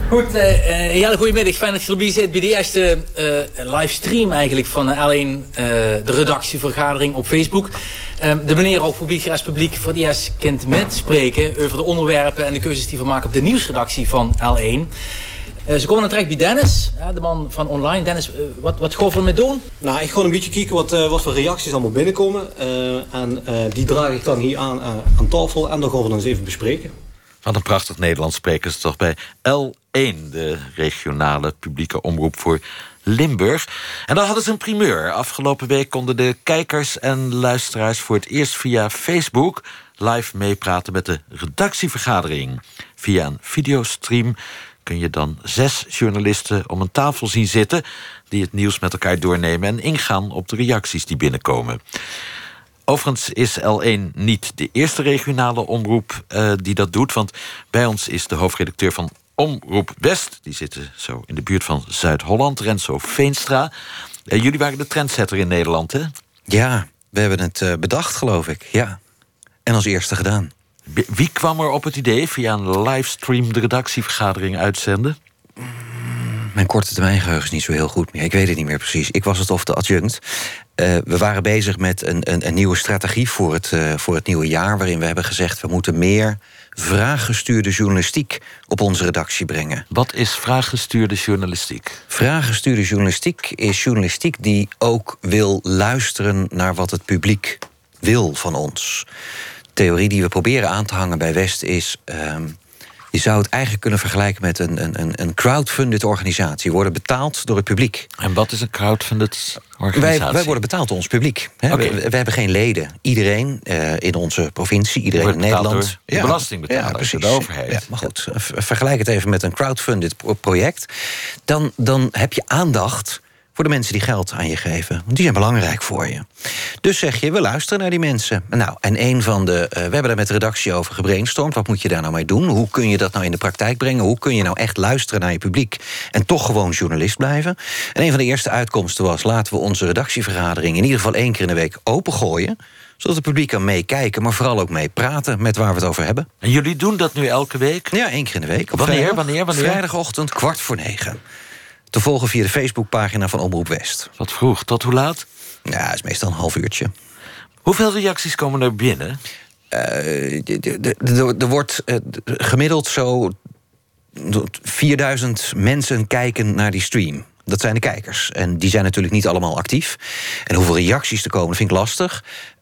Goed, Jelle, goedemiddag. Fijn dat je erbij zit bij de eerste livestream eigenlijk van L1, de redactievergadering op Facebook. De meneer ook publiek voor die eerst kent met spreken over de onderwerpen en de keuzes die we maken op de nieuwsredactie van L1. Ze komen dan terecht bij Dennis, de man van online. Dennis, wat gaan we ermee doen? Nou, ik ga een beetje kijken wat voor reacties allemaal binnenkomen. En die draag ik dan hier aan tafel en dan gaan we dan eens even bespreken. Wat een prachtig Nederlands spreken ze toch bij L1, de regionale publieke omroep voor Limburg. En dan hadden ze een primeur. Afgelopen week konden de kijkers en luisteraars voor het eerst via Facebook live meepraten met de redactievergadering. Via een videostream kun je dan 6 journalisten om een tafel zien zitten die het nieuws met elkaar doornemen en ingaan op de reacties die binnenkomen. Overigens is L1 niet de eerste regionale omroep die dat doet, want bij ons is de hoofdredacteur van Omroep West. Die zitten zo in de buurt van Zuid-Holland, Renzo Veenstra. Jullie waren de trendsetter in Nederland, hè? Ja, we hebben het bedacht, geloof ik. Ja. En als eerste gedaan. Wie kwam er op het idee via een livestream de redactievergadering uitzenden? Mijn korte termijn geheugen is niet zo heel goed meer. Ik weet het niet meer precies. Ik was het of de adjunct. We waren bezig met een nieuwe strategie voor het nieuwe jaar, waarin we hebben gezegd, we moeten meer vraaggestuurde journalistiek op onze redactie brengen. Wat is vraaggestuurde journalistiek? Vraaggestuurde journalistiek is journalistiek die ook wil luisteren naar wat het publiek wil van ons. De theorie die we proberen aan te hangen bij West is, je zou het eigenlijk kunnen vergelijken met een crowdfunded organisatie. We worden betaald door het publiek. En wat is een crowdfunded organisatie? Wij worden betaald door ons publiek. Okay. We hebben geen leden. Iedereen in onze provincie, iedereen in Nederland. De belastingbetaler, de overheid. Ja, maar goed, vergelijk het even met een crowdfunded project. Dan heb je aandacht voor de mensen die geld aan je geven. Want die zijn belangrijk voor je. Dus zeg je, we luisteren naar die mensen. Nou, en we hebben daar met de redactie over gebrainstormd. Wat moet je daar nou mee doen? Hoe kun je dat nou in de praktijk brengen? Hoe kun je nou echt luisteren naar je publiek en toch gewoon journalist blijven? En een van de eerste uitkomsten was, laten we onze redactievergadering in ieder geval 1 keer in de week opengooien, zodat het publiek kan meekijken, maar vooral ook mee praten met waar we het over hebben. En jullie doen dat nu elke week? Ja, 1 keer in de week. Wanneer? Vrijdagochtend, 8:45. Te volgen via de Facebookpagina van Omroep West. Wat vroeg, tot hoe laat? Ja, het is meestal een half uurtje. Hoeveel reacties komen er binnen? Er wordt gemiddeld zo 4000 mensen kijken naar die stream. Dat zijn de kijkers. En die zijn natuurlijk niet allemaal actief. En hoeveel reacties er komen, vind ik lastig.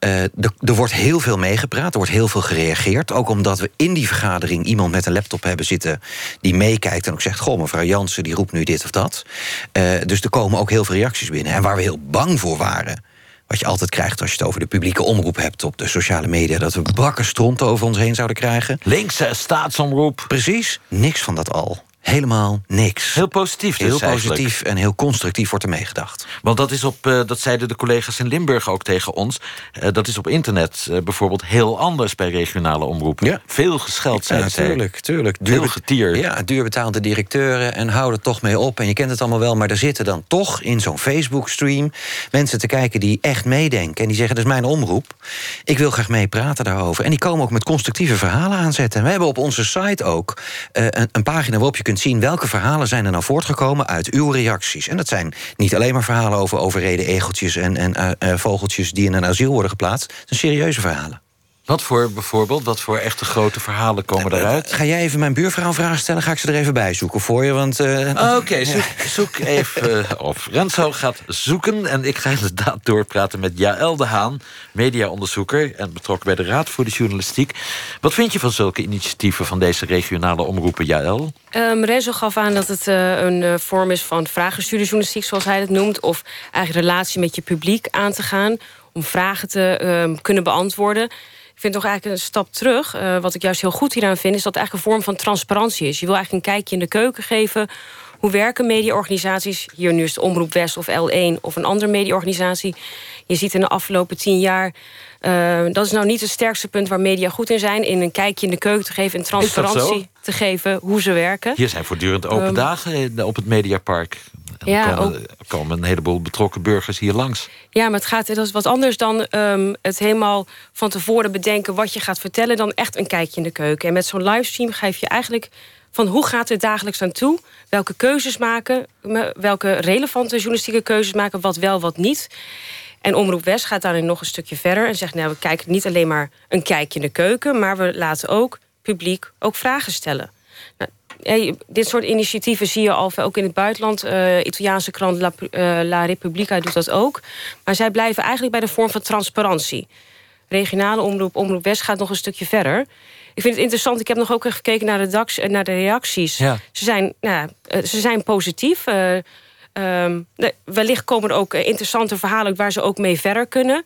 Er wordt heel veel meegepraat, er wordt heel veel gereageerd. Ook omdat we in die vergadering iemand met een laptop hebben zitten die meekijkt en ook zegt, goh, mevrouw Jansen die roept nu dit of dat. Dus er komen ook heel veel reacties binnen. En waar we heel bang voor waren, wat je altijd krijgt als je het over de publieke omroep hebt op de sociale media, dat we brakke stront over ons heen zouden krijgen. Linkse staatsomroep. Precies, niks van dat al. Helemaal niks. Heel positief dus. Heel positief en heel constructief wordt er meegedacht. Want dat is dat zeiden de collega's in Limburg ook tegen ons. Dat is op internet bijvoorbeeld heel anders bij regionale omroepen. Ja. Veel gescheld zijn zij. Tuurlijk. Veel getier. Ja, duurbetaalde directeuren en hou er toch mee op. En je kent het allemaal wel, maar er zitten dan toch in zo'n Facebook-stream mensen te kijken die echt meedenken. En die zeggen, dat is mijn omroep. Ik wil graag meepraten daarover. En die komen ook met constructieve verhalen aanzetten. En we hebben op onze site ook een pagina waarop je kunt zien welke verhalen zijn er nou voortgekomen uit uw reacties. En dat zijn niet alleen maar verhalen over overreden egeltjes en vogeltjes die in een asiel worden geplaatst. Dat zijn serieuze verhalen. Wat voor bijvoorbeeld, wat voor echte grote verhalen komen eruit? Ga jij even mijn buurvrouw vragen stellen? Ga ik ze er even bij zoeken voor je? Oké, zoek even of Renzo gaat zoeken. En ik ga inderdaad doorpraten met Jaël de Haan, mediaonderzoeker en betrokken bij de Raad voor de Journalistiek. Wat vind je van zulke initiatieven van deze regionale omroepen, Jaël? Renzo gaf aan dat het een vorm is van vraaggestuurde journalistiek, zoals hij het noemt, of eigenlijk relatie met je publiek aan te gaan, om vragen te kunnen beantwoorden. Ik vind toch eigenlijk een stap terug. Wat ik juist heel goed hieraan vind, is dat het eigenlijk een vorm van transparantie is. Je wil eigenlijk een kijkje in de keuken geven. Hoe werken mediaorganisaties? Hier nu is het Omroep West of L1 of een andere mediaorganisatie. Je ziet in de afgelopen 10 jaar... dat is nou niet het sterkste punt waar media goed in zijn. In een kijkje in de keuken te geven en transparantie te geven hoe ze werken. Hier zijn voortdurend open dagen op het Mediapark. En dan komen een heleboel betrokken burgers hier langs. Ja, maar dat is wat anders dan het helemaal van tevoren bedenken wat je gaat vertellen, dan echt een kijkje in de keuken. En met zo'n livestream geef je eigenlijk van hoe gaat het dagelijks aan toe? Welke keuzes maken? Welke relevante journalistieke keuzes maken? Wat wel, wat niet? En Omroep West gaat daarin nog een stukje verder en zegt, nou, we kijken niet alleen maar een kijkje in de keuken, maar we laten ook publiek ook vragen stellen. Nou, dit soort initiatieven zie je al ook in het buitenland. Italiaanse krant La Repubblica doet dat ook. Maar zij blijven eigenlijk bij de vorm van transparantie. Regionale Omroep West gaat nog een stukje verder. Ik vind het interessant, ik heb nog ook gekeken naar de reacties. Ja. Ze zijn positief. Wellicht komen er ook interessante verhalen waar ze ook mee verder kunnen.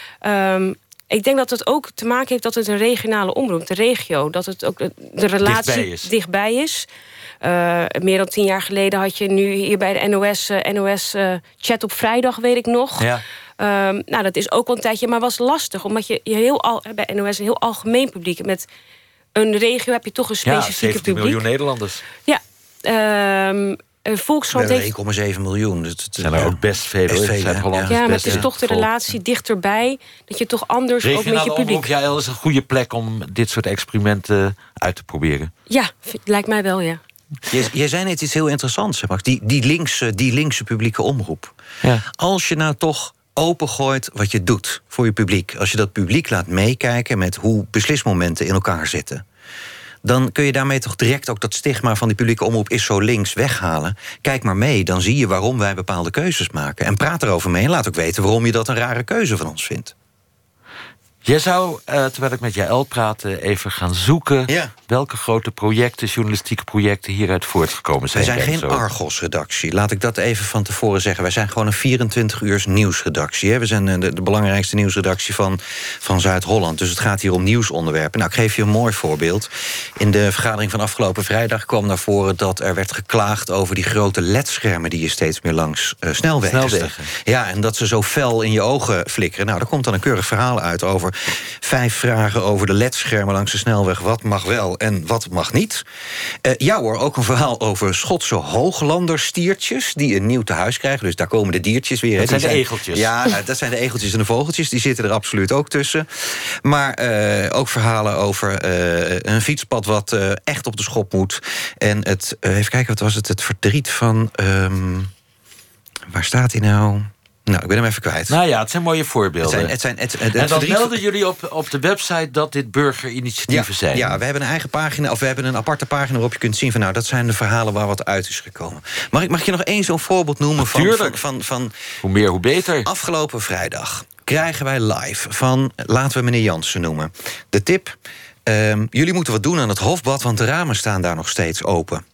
Ik denk dat het ook te maken heeft dat het een regionale omroep, de regio, dat het ook de relatie dichtbij is. Meer dan 10 jaar geleden had je nu hier bij de NOS chat op vrijdag, weet ik nog. Ja. Dat is ook wel een tijdje, maar was lastig, omdat je bij NOS een heel algemeen publiek. Met een regio heb je toch een specifieke publiek. 17 miljoen Nederlanders. Ja. Volkskrant heeft 1,7 miljoen. Dus zijn er ook best veel. Maar het is toch de relatie dichterbij, dat je toch anders ook met je publiek. Regionale is een goede plek om dit soort experimenten uit te proberen. Ja, lijkt mij wel, ja. Jij zei net iets heel interessants, Max. Die linkse publieke omroep. Ja. Als je nou toch opengooit wat je doet voor je publiek, als je dat publiek laat meekijken met hoe beslismomenten in elkaar zitten, dan kun je daarmee toch direct ook dat stigma van die publieke omroep is zo links weghalen. Kijk maar mee, dan zie je waarom wij bepaalde keuzes maken. En praat erover mee en laat ook weten waarom je dat een rare keuze van ons vindt. Jij zou, terwijl ik met Jaël praatte, even gaan zoeken welke grote projecten, journalistieke projecten hieruit voortgekomen zijn. Wij zijn geen Argos-redactie, laat ik dat even van tevoren zeggen. Wij zijn gewoon een 24 uur nieuwsredactie. Hè? We zijn de belangrijkste nieuwsredactie van Zuid-Holland. Dus het gaat hier om nieuwsonderwerpen. Nou, ik geef je een mooi voorbeeld. In de vergadering van afgelopen vrijdag kwam naar voren dat er werd geklaagd over die grote ledschermen die je steeds meer langs snelwegen. Ja, en dat ze zo fel in je ogen flikkeren. Nou, daar komt dan een keurig verhaal uit over 5 vragen over de ledschermen langs de snelweg. Wat mag wel en wat mag niet? Ja hoor, ook een verhaal over Schotse hooglanderstiertjes die een nieuw tehuis krijgen. Dus daar komen de diertjes weer. Dat zijn de egeltjes. Ja, dat zijn de egeltjes en de vogeltjes. Die zitten er absoluut ook tussen. Maar ook verhalen over een fietspad wat echt op de schop moet. En even kijken, wat was het? Het verdriet van waar staat hij nou? Nou, ik ben hem even kwijt. Nou ja, het zijn mooie voorbeelden. En dan melden jullie op de website dat dit burgerinitiatieven zijn. Ja, we hebben een eigen pagina, of we hebben een aparte pagina waarop je kunt zien van, nou, dat zijn de verhalen waar wat uit is gekomen. Mag je nog één zo'n voorbeeld noemen van hoe meer, hoe beter. Afgelopen vrijdag krijgen wij live van, laten we meneer Jansen noemen, de tip, jullie moeten wat doen aan het Hofbad, want de ramen staan daar nog steeds open.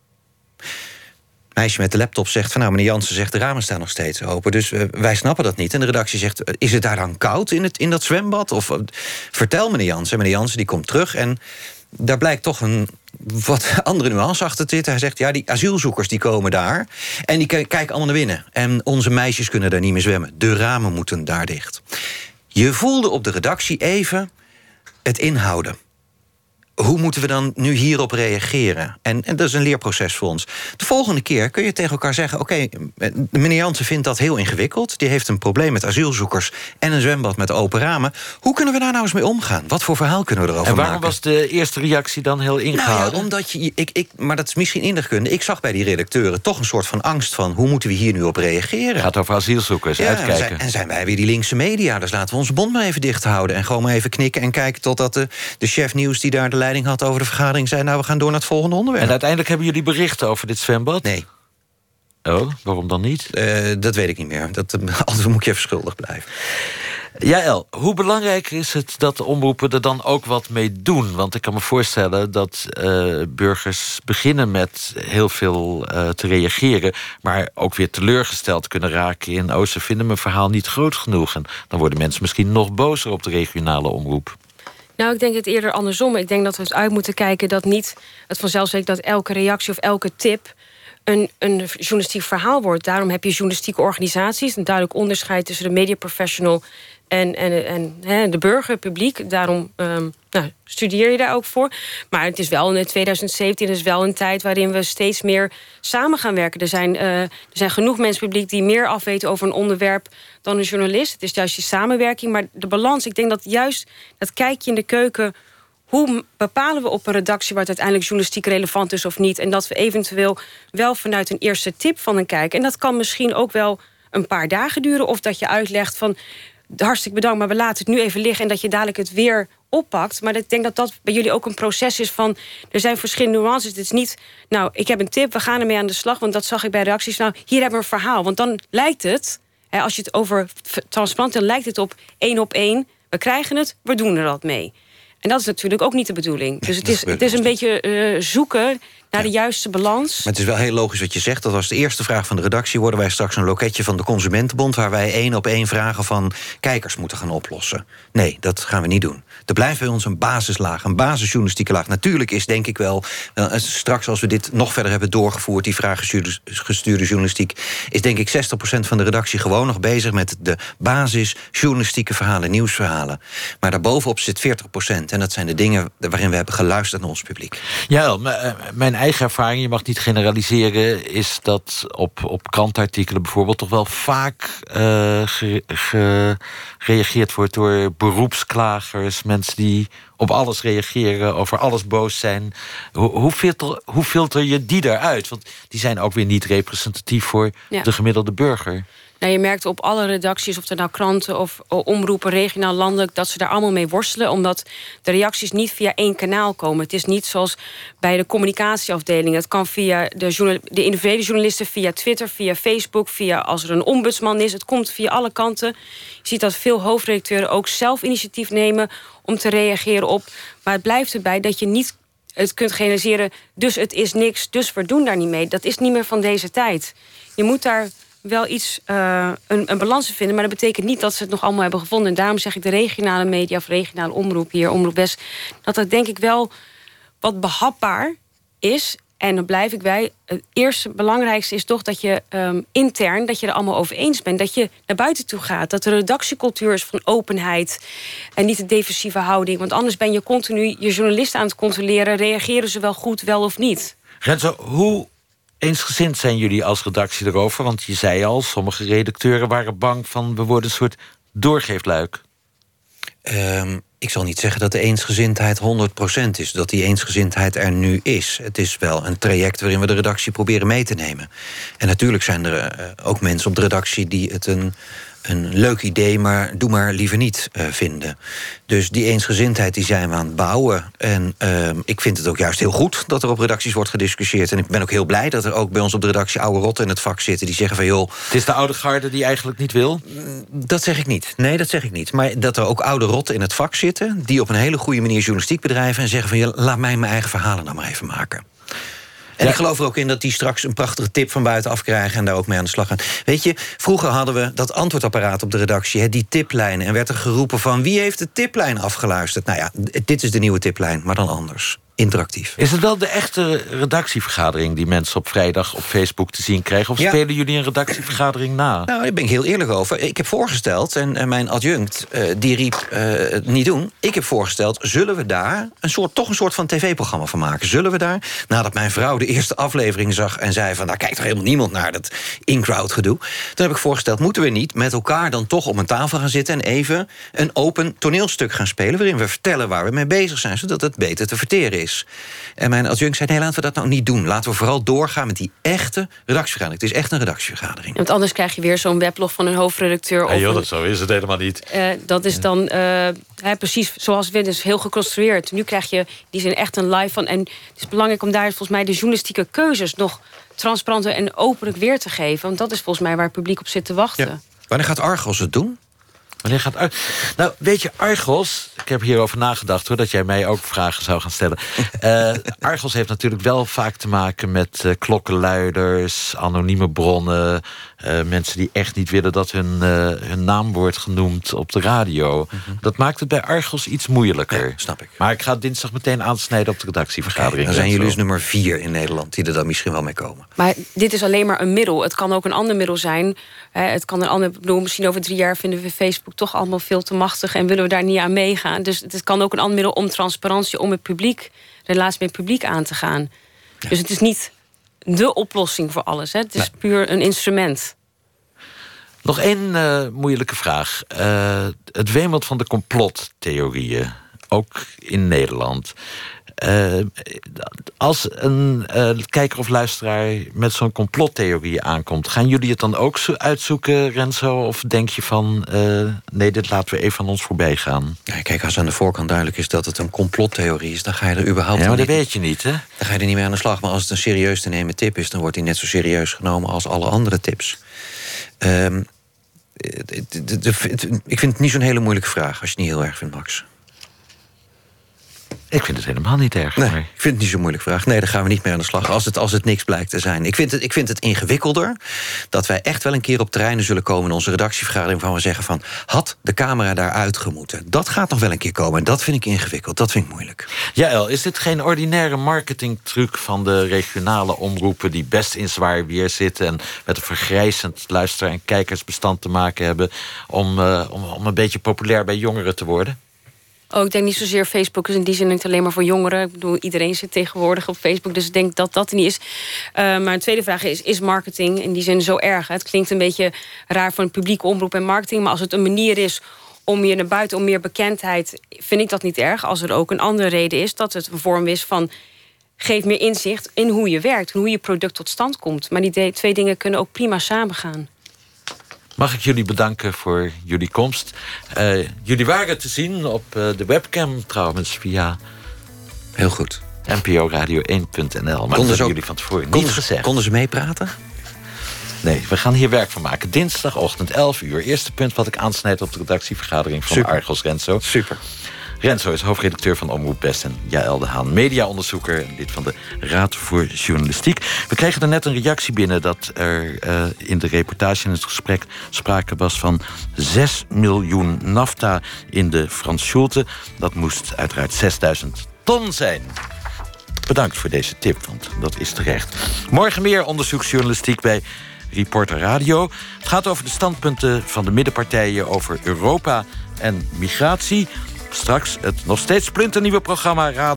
Meisje met de laptop zegt van, nou, meneer Jansen zegt de ramen staan nog steeds open. Dus wij snappen dat niet. En de redactie zegt, is het daar dan koud in dat zwembad? Of vertel meneer Jansen. En meneer Jansen die komt terug en daar blijkt toch een wat andere nuance achter te zitten. Hij zegt, ja, die asielzoekers die komen daar en die kijken allemaal naar binnen. En onze meisjes kunnen daar niet meer zwemmen. De ramen moeten daar dicht. Je voelde op de redactie even het inhouden. Hoe moeten we dan nu hierop reageren? En dat is een leerproces voor ons. De volgende keer kun je tegen elkaar zeggen, oké, meneer Jansen vindt dat heel ingewikkeld. Die heeft een probleem met asielzoekers en een zwembad met open ramen. Hoe kunnen we daar nou eens mee omgaan? Wat voor verhaal kunnen we erover maken? En waarom was de eerste reactie dan heel ingehouden? Nou ja, omdat maar dat is misschien inderkunde. Ik zag bij die redacteuren toch een soort van angst van, hoe moeten we hier nu op reageren? Het gaat over asielzoekers, uitkijken. En zijn wij weer die linkse media, dus laten we onze mond maar even dicht houden en gewoon maar even knikken en kijken totdat de chef nieuws die daar de leiding had over de vergadering zei, nou, we gaan door naar het volgende onderwerp. En uiteindelijk hebben jullie berichten over dit zwembad? Nee. Oh, waarom dan niet? Dat weet ik niet meer. Anders moet je even schuldig blijven. Jaël, hoe belangrijk is het dat de omroepen er dan ook wat mee doen? Want ik kan me voorstellen dat burgers beginnen met heel veel te reageren, maar ook weer teleurgesteld kunnen raken in, ze vinden mijn verhaal niet groot genoeg. En dan worden mensen misschien nog bozer op de regionale omroep. Nou, ik denk het eerder andersom. Ik denk dat we het uit moeten kijken dat niet het vanzelfsprekend dat elke reactie of elke tip een journalistiek verhaal wordt. Daarom heb je journalistieke organisaties, een duidelijk onderscheid tussen de mediaprofessional en de burger, het publiek. Daarom studeer je daar ook voor. Maar het is wel in 2017 is wel een tijd waarin we steeds meer samen gaan werken. Er zijn genoeg mensen publiek die meer afweten over een onderwerp dan een journalist. Het is juist die samenwerking. Maar de balans, ik denk dat juist dat kijkje in de keuken, hoe bepalen we op een redactie waar het uiteindelijk journalistiek relevant is of niet? En dat we eventueel wel vanuit een eerste tip van een kijker. En dat kan misschien ook wel een paar dagen duren. Of dat je uitlegt van, hartstikke bedankt, maar we laten het nu even liggen. En dat je dadelijk het weer oppakt. Maar ik denk dat dat bij jullie ook een proces is van, er zijn verschillende nuances. Het is niet, ik heb een tip, we gaan ermee aan de slag. Want dat zag ik bij reacties. Hier hebben we een verhaal. Want dan lijkt het, als je het over transparant, dan lijkt het op 1 op 1. We krijgen het, we doen er wat mee. En dat is natuurlijk ook niet de bedoeling. Dus het is een beetje zoeken naar de juiste balans. Maar het is wel heel logisch wat je zegt. Dat was de eerste vraag van de redactie. Worden wij straks een loketje van de Consumentenbond, waar wij 1 op 1 vragen van kijkers moeten gaan oplossen? Nee, dat gaan we niet doen. Er blijft bij ons een basislaag, een basisjournalistieke laag. Natuurlijk is, denk ik wel, straks als we dit nog verder hebben doorgevoerd, die vragengestuurde journalistiek, is denk ik 60% van de redactie gewoon nog bezig met de basisjournalistieke verhalen, nieuwsverhalen. Maar daarbovenop zit 40%. En dat zijn de dingen waarin we hebben geluisterd naar ons publiek. Ja, mijn eigen ervaring, je mag niet generaliseren, is dat op krantartikelen bijvoorbeeld toch wel vaak gereageerd wordt door beroepsklagers, mensen die op alles reageren, over alles boos zijn. Hoe filter je die eruit? Want die zijn ook weer niet representatief voor de gemiddelde burger. Je merkt op alle redacties, of er nou kranten of omroepen, regionaal, landelijk, dat ze daar allemaal mee worstelen, omdat de reacties niet via 1 kanaal komen. Het is niet zoals bij de communicatieafdeling. Het kan via de individuele journalisten, via Twitter, via Facebook, via als er een ombudsman is. Het komt via alle kanten. Je ziet dat veel hoofdredacteuren ook zelf initiatief nemen om te reageren op. Maar het blijft erbij dat je niet het kunt generaliseren, dus het is niks, dus we doen daar niet mee. Dat is niet meer van deze tijd. Je moet daar wel iets, een balans in vinden, maar dat betekent niet dat ze het nog allemaal hebben gevonden. En daarom zeg ik de regionale media of regionale omroep hier, Omroep West, dat denk ik wel wat behapbaar is. En dan blijf ik bij, het eerste belangrijkste is toch dat je intern, dat je er allemaal over eens bent. Dat je naar buiten toe gaat. Dat de redactiecultuur is van openheid en niet de defensieve houding. Want anders ben je continu je journalisten aan het controleren. Reageren ze wel goed, wel of niet? Renzo, hoe eensgezind zijn jullie als redactie erover? Want je zei al, sommige redacteuren waren bang van, we worden een soort doorgeefluik. Ik zal niet zeggen dat de eensgezindheid 100% is. Dat die eensgezindheid er nu is. Het is wel een traject waarin we de redactie proberen mee te nemen. En natuurlijk zijn er ook mensen op de redactie die het een leuk idee, maar doe maar liever niet vinden. Dus die eensgezindheid die zijn we aan het bouwen. En ik vind het ook juist heel goed dat er op redacties wordt gediscussieerd. En ik ben ook heel blij dat er ook bij ons op de redactie oude rotten in het vak zitten die zeggen van, joh, het is de oude garde die eigenlijk niet wil? Dat zeg ik niet. Nee, dat zeg ik niet. Maar dat er ook oude rotten in het vak zitten die op een hele goede manier journalistiek bedrijven en zeggen van, laat mij mijn eigen verhalen nou maar even maken. En ik geloof er ook in dat die straks een prachtige tip van buitenaf krijgen en daar ook mee aan de slag gaan. Weet je, vroeger hadden we dat antwoordapparaat op de redactie, die tiplijnen. En werd er geroepen van, wie heeft de tiplijn afgeluisterd? Nou ja, dit is de nieuwe tiplijn, maar dan anders. Interactief. Is het wel de echte redactievergadering die mensen op vrijdag op Facebook te zien krijgen? Of spelen jullie een redactievergadering na? Nou, daar ben ik heel eerlijk over. Ik heb voorgesteld, en mijn adjunct die riep niet doen. Ik heb voorgesteld, zullen we daar toch een soort van tv-programma van maken? Zullen we daar, nadat mijn vrouw de eerste aflevering zag en zei van, daar kijkt toch helemaal niemand naar, dat in-crowd gedoe. Toen heb ik voorgesteld, moeten we niet met elkaar dan toch om een tafel gaan zitten en even een open toneelstuk gaan spelen, waarin we vertellen waar we mee bezig zijn, zodat het beter te verteren is. En mijn adjunct zei, nee, laten we dat nou niet doen. Laten we vooral doorgaan met die echte redactievergadering. Het is echt een redactievergadering. Want anders krijg je weer zo'n weblog van een hoofdredacteur. Hey joh, zo is het helemaal niet. Dat is dan precies zoals het is, heel geconstrueerd. Nu krijg je die zijn echt een live van. En het is belangrijk om daar volgens mij de journalistieke keuzes nog transparanter en openlijk weer te geven. Want dat is volgens mij waar het publiek op zit te wachten. Ja. Wanneer gaat Argos het doen? Wanneer gaat Nou, weet je, Argos, ik heb hierover nagedacht hoor, dat jij mij ook vragen zou gaan stellen. Argos heeft natuurlijk wel vaak te maken met klokkenluiders, anonieme bronnen, mensen die echt niet willen dat hun naam wordt genoemd op de radio. Dat maakt het bij Argos iets moeilijker. Ja, snap ik. Maar ik ga dinsdag meteen aansnijden op de redactievergadering. Dan zijn jullie dus nummer 4 in Nederland die er dan misschien wel mee komen. Maar dit is alleen maar een middel. Het kan ook een ander middel zijn. Het kan een ander, ik bedoel, misschien over 3 jaar vinden we Facebook toch allemaal veel te machtig en willen we daar niet aan meegaan. Dus het kan ook een ander middel om transparantie, om het publiek, relatie met het publiek aan te gaan. Ja. Dus het is niet de oplossing voor alles. Het is puur een instrument. Nog één moeilijke vraag. Het wemelt van de complottheorieën, ook in Nederland. Als een kijker of luisteraar met zo'n complottheorie aankomt, gaan jullie het dan ook uitzoeken, Renzo? Of denk je van, nee, dit laten we even aan ons voorbij gaan? Ja, kijk, als aan de voorkant duidelijk is dat het een complottheorie is, dan ga je er überhaupt maar dat weet je niet, hè? Dan ga je er niet mee aan de slag. Maar als het een serieus te nemen tip is, dan wordt hij net zo serieus genomen als alle andere tips. Ik vind het niet zo'n hele moeilijke vraag, als je het niet heel erg vindt, Max. Ik vind het helemaal niet erg. Nee, ik vind het niet zo'n moeilijke vraag. Nee, daar gaan we niet mee aan de slag. Als het niks blijkt te zijn. Ik vind het ingewikkelder dat wij echt wel een keer op terreinen zullen komen in onze redactievergadering van we zeggen van, had de camera daaruit gemoeten? Dat gaat nog wel een keer komen. En dat vind ik ingewikkeld. Dat vind ik moeilijk. Jaël, is dit geen ordinaire marketingtruc van de regionale omroepen die best in zwaar weer zitten en met een vergrijzend luisteraar- en kijkersbestand te maken hebben om een beetje populair bij jongeren te worden? Oh, ik denk niet zozeer Facebook is in die zin niet alleen maar voor jongeren. Ik bedoel, iedereen zit tegenwoordig op Facebook, dus ik denk dat dat er niet is. Maar een tweede vraag is marketing in die zin zo erg? Het klinkt een beetje raar voor een publieke omroep en marketing, maar als het een manier is om je naar buiten, om meer bekendheid, vind ik dat niet erg. Als er ook een andere reden is, dat het een vorm is van geef meer inzicht in hoe je werkt, hoe je product tot stand komt. Maar die 2 dingen kunnen ook prima samengaan. Mag ik jullie bedanken voor jullie komst. Jullie waren te zien op de webcam trouwens via heel goed NPOradio1.nl. Maar dat hebben jullie van tevoren niet gezegd. Konden ze meepraten? Nee, we gaan hier werk van maken. Dinsdagochtend 11 uur. Eerste punt wat ik aansnijd op de redactievergadering van Argos, Renzo. Super. Renzo is hoofdredacteur van Omroep West en Jaël de Haan, mediaonderzoeker en lid van de Raad voor Journalistiek. We kregen er net een reactie binnen dat er in de reportage in het gesprek sprake was van 6 miljoen nafta in de Frans Schulte. Dat moest uiteraard 6000 ton zijn. Bedankt voor deze tip, want dat is terecht. Morgen meer onderzoeksjournalistiek bij Reporter Radio. Het gaat over de standpunten van de middenpartijen over Europa en migratie. Straks het nog steeds splinternieuwe programma